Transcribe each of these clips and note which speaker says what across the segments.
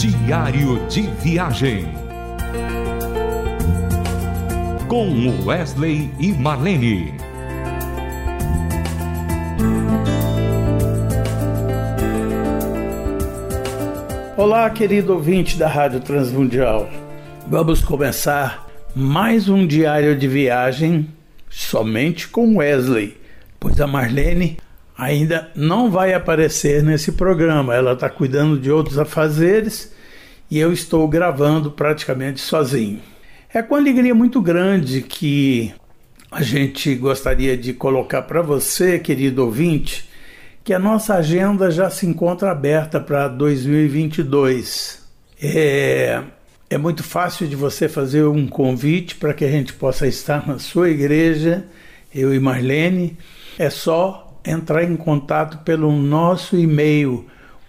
Speaker 1: Diário de Viagem, com Wesley e Marlene.
Speaker 2: Olá, querido ouvinte da Rádio Transmundial. Vamos começar mais um Diário de Viagem somente com Wesley, pois a Marlene ainda não vai aparecer nesse programa. Ela está cuidando de outros afazeres e eu estou gravando praticamente sozinho. É com alegria muito grande que a gente gostaria de colocar para você, querido ouvinte, que a nossa agenda já se encontra aberta para 2022. É muito fácil de você fazer um convite para que a gente possa estar na sua igreja, eu e Marlene. É só entrar em contato pelo nosso e-mail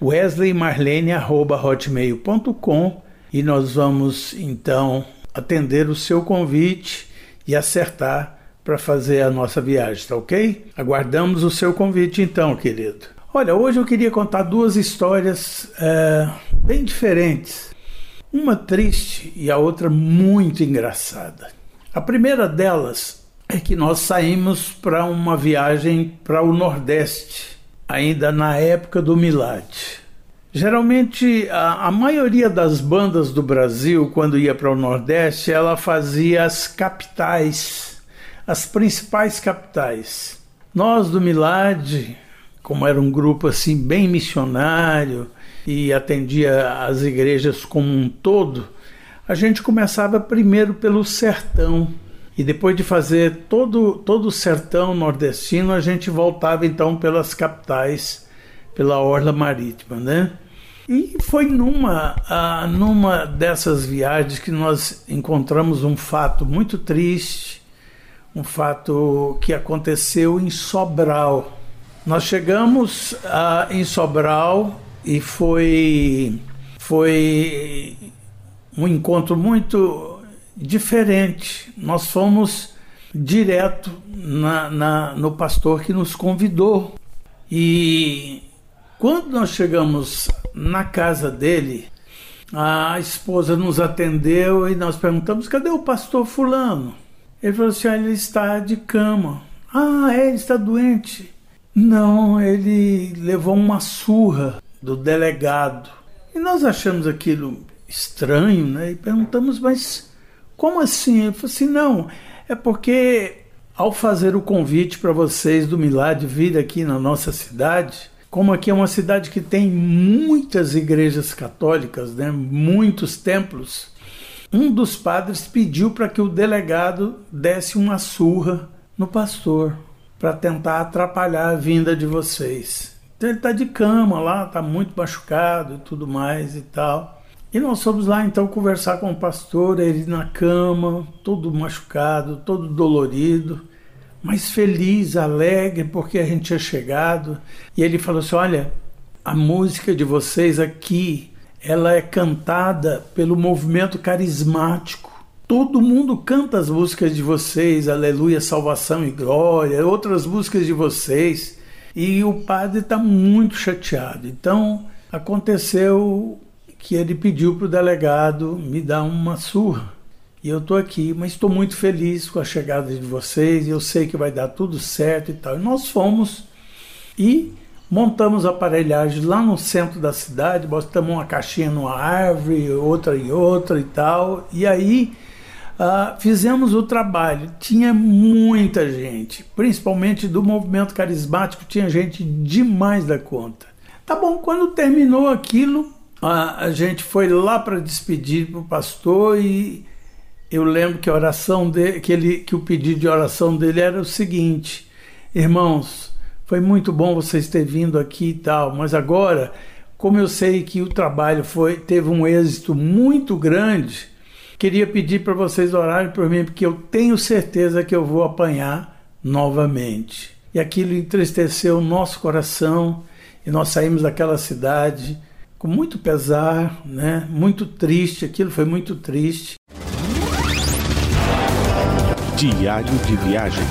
Speaker 2: wesleymarlene@hotmail.com e nós vamos então atender o seu convite e acertar para fazer a nossa viagem, tá ok? Aguardamos o seu convite então, querido. Olha, hoje eu queria contar duas histórias bem diferentes. Uma triste e a outra muito engraçada. A primeira delas é que nós saímos para uma viagem para o Nordeste, ainda na época do Milad. Geralmente, a maioria das bandas do Brasil, quando ia para o Nordeste, ela fazia as capitais, as principais capitais. Nós do Milad, como era um grupo assim bem missionário e atendia as igrejas como um todo, a gente começava primeiro pelo sertão. E depois de fazer todo o sertão nordestino, a gente voltava então pelas capitais, pela orla marítima, né? E foi numa dessas viagens que nós encontramos um fato muito triste, um fato que aconteceu em Sobral. Nós chegamos em Sobral e foi um encontro muito diferente. Nós fomos direto no pastor que nos convidou. E quando nós chegamos na casa dele, a esposa nos atendeu e nós perguntamos: cadê o pastor fulano? Ele falou assim: ele está de cama. Ele está doente? Não, ele levou uma surra do delegado. E nós achamos aquilo estranho, né? E perguntamos: mas como assim? Ele falou assim: não, é porque ao fazer o convite para vocês do Milad vir aqui na nossa cidade, como aqui é uma cidade que tem muitas igrejas católicas, né, muitos templos, um dos padres pediu para que o delegado desse uma surra no pastor, para tentar atrapalhar a vinda de vocês. Então ele está de cama lá, está muito machucado e tudo mais e tal. E nós fomos lá então conversar com o pastor, ele na cama, todo machucado, todo dolorido, mas feliz, alegre, porque a gente tinha chegado. E ele falou assim: olha, a música de vocês aqui, ela é cantada pelo movimento carismático. Todo mundo canta as músicas de vocês, Aleluia, Salvação e Glória, outras músicas de vocês. E o padre está muito chateado. Então aconteceu que ele pediu para o delegado me dar uma surra. E eu estou aqui, mas estou muito feliz com a chegada de vocês, e eu sei que vai dar tudo certo e tal. E nós fomos e montamos a aparelhagem lá no centro da cidade, botamos uma caixinha numa árvore, outra em outra e tal. E aí fizemos o trabalho. Tinha muita gente, principalmente do movimento carismático, tinha gente demais da conta. Tá bom, quando terminou aquilo, a gente foi lá para despedir para o pastor e eu lembro que a oração dele, que o pedido de oração dele era o seguinte: irmãos, foi muito bom vocês terem vindo aqui e tal, mas agora, como eu sei que o trabalho teve um êxito muito grande, queria pedir para vocês orarem por mim, porque eu tenho certeza que eu vou apanhar novamente. E aquilo entristeceu o nosso coração e nós saímos daquela cidade com muito pesar, né? Muito triste, aquilo foi muito triste.
Speaker 1: Diário de Viagem.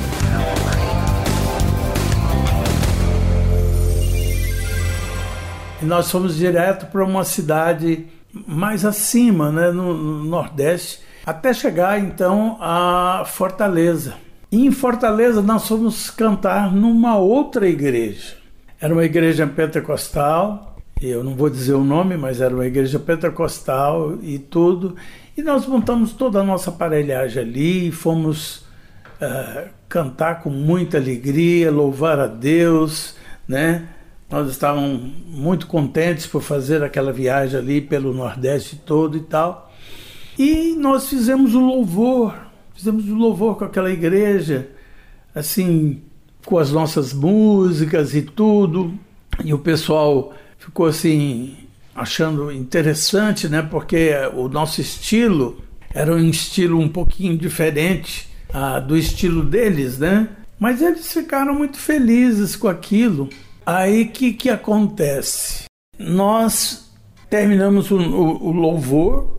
Speaker 2: E nós fomos direto para uma cidade mais acima, né, no Nordeste, até chegar então a Fortaleza. E em Fortaleza nós fomos cantar numa outra igreja. Era uma igreja pentecostal, eu não vou dizer o nome, mas era uma igreja pentecostal e tudo. E nós montamos toda a nossa aparelhagem ali e fomos cantar com muita alegria, louvar a Deus, né? Nós estávamos muito contentes por fazer aquela viagem ali pelo Nordeste todo e tal. E nós fizemos o louvor com aquela igreja, assim, com as nossas músicas e tudo. E o pessoal ficou assim, achando interessante, né? Porque o nosso estilo era um estilo um pouquinho diferente do estilo deles, né? Mas eles ficaram muito felizes com aquilo. Aí que acontece? Nós terminamos o louvor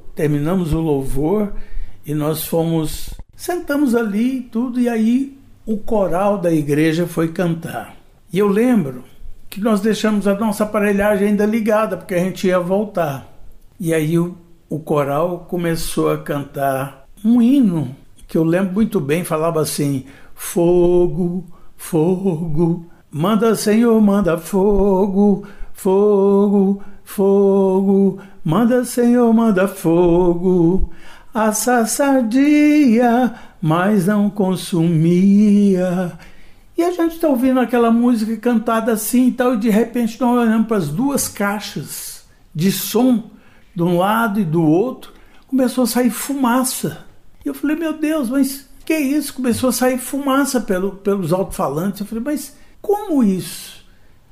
Speaker 2: e nós sentamos ali e tudo, e aí o coral da igreja foi cantar. E eu lembro que nós deixamos a nossa aparelhagem ainda ligada, porque a gente ia voltar. E aí o coral começou a cantar um hino, que eu lembro muito bem, falava assim: fogo, fogo, manda Senhor, manda fogo, fogo, fogo, manda Senhor, manda fogo. Assa sadia, mas não consumia. E a gente está ouvindo aquela música cantada assim e tal, e de repente nós olhamos para as duas caixas de som, de um lado e do outro, começou a sair fumaça. E eu falei: meu Deus, mas que é isso? Começou a sair fumaça pelos alto-falantes. Eu falei: mas como isso?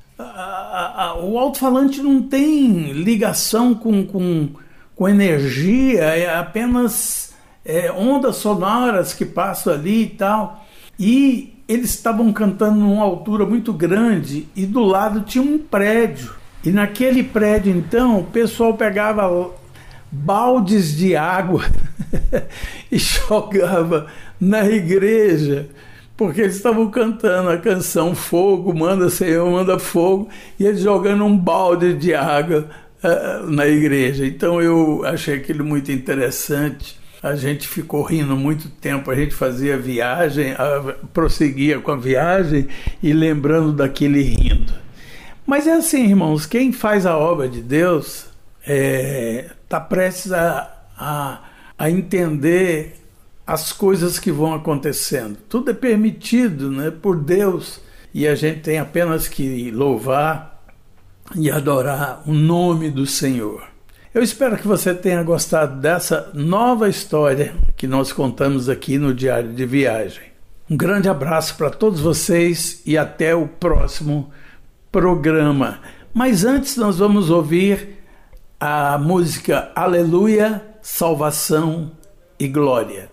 Speaker 2: O alto-falante não tem ligação com energia, é apenas ondas sonoras que passam ali e tal. E eles estavam cantando numa altura muito grande e do lado tinha um prédio. E naquele prédio, então, o pessoal pegava baldes de água e jogava na igreja, porque eles estavam cantando a canção Fogo, manda Senhor, manda fogo, e eles jogando um balde de água na igreja. Então eu achei aquilo muito interessante. A gente ficou rindo muito tempo, a gente fazia viagem, prosseguia com a viagem e lembrando daquele rindo. Mas é assim, irmãos, quem faz a obra de Deus está prestes a entender as coisas que vão acontecendo. Tudo é permitido, né, por Deus, e a gente tem apenas que louvar e adorar o nome do Senhor. Eu espero que você tenha gostado dessa nova história que nós contamos aqui no Diário de Viagem. Um grande abraço para todos vocês e até o próximo programa. Mas antes nós vamos ouvir a música Aleluia, Salvação e Glória.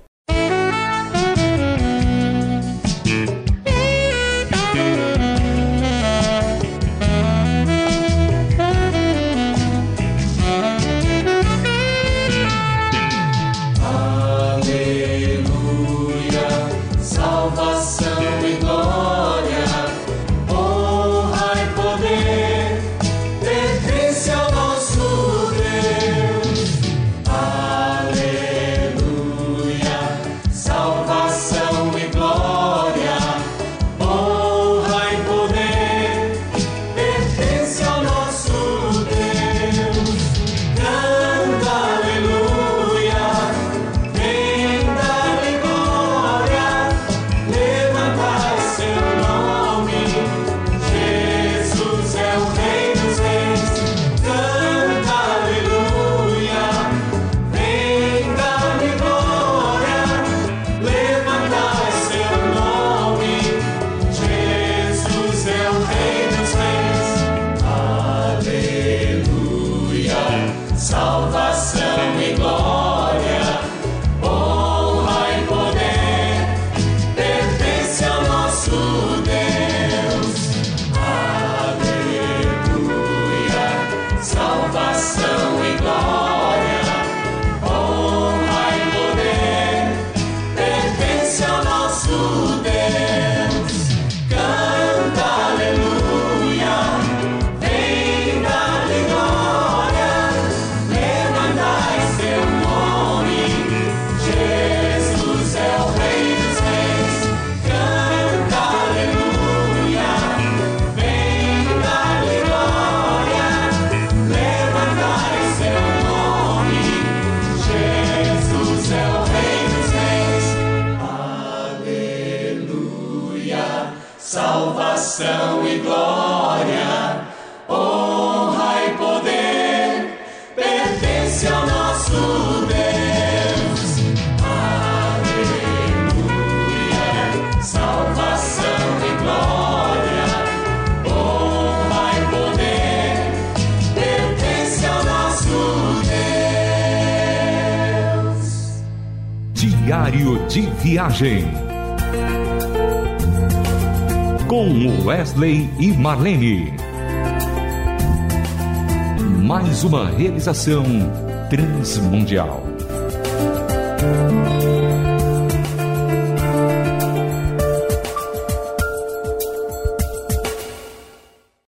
Speaker 3: Aleluia,
Speaker 1: Diário de Viagem. Com Wesley e Marlene. Mais uma realização Transmundial.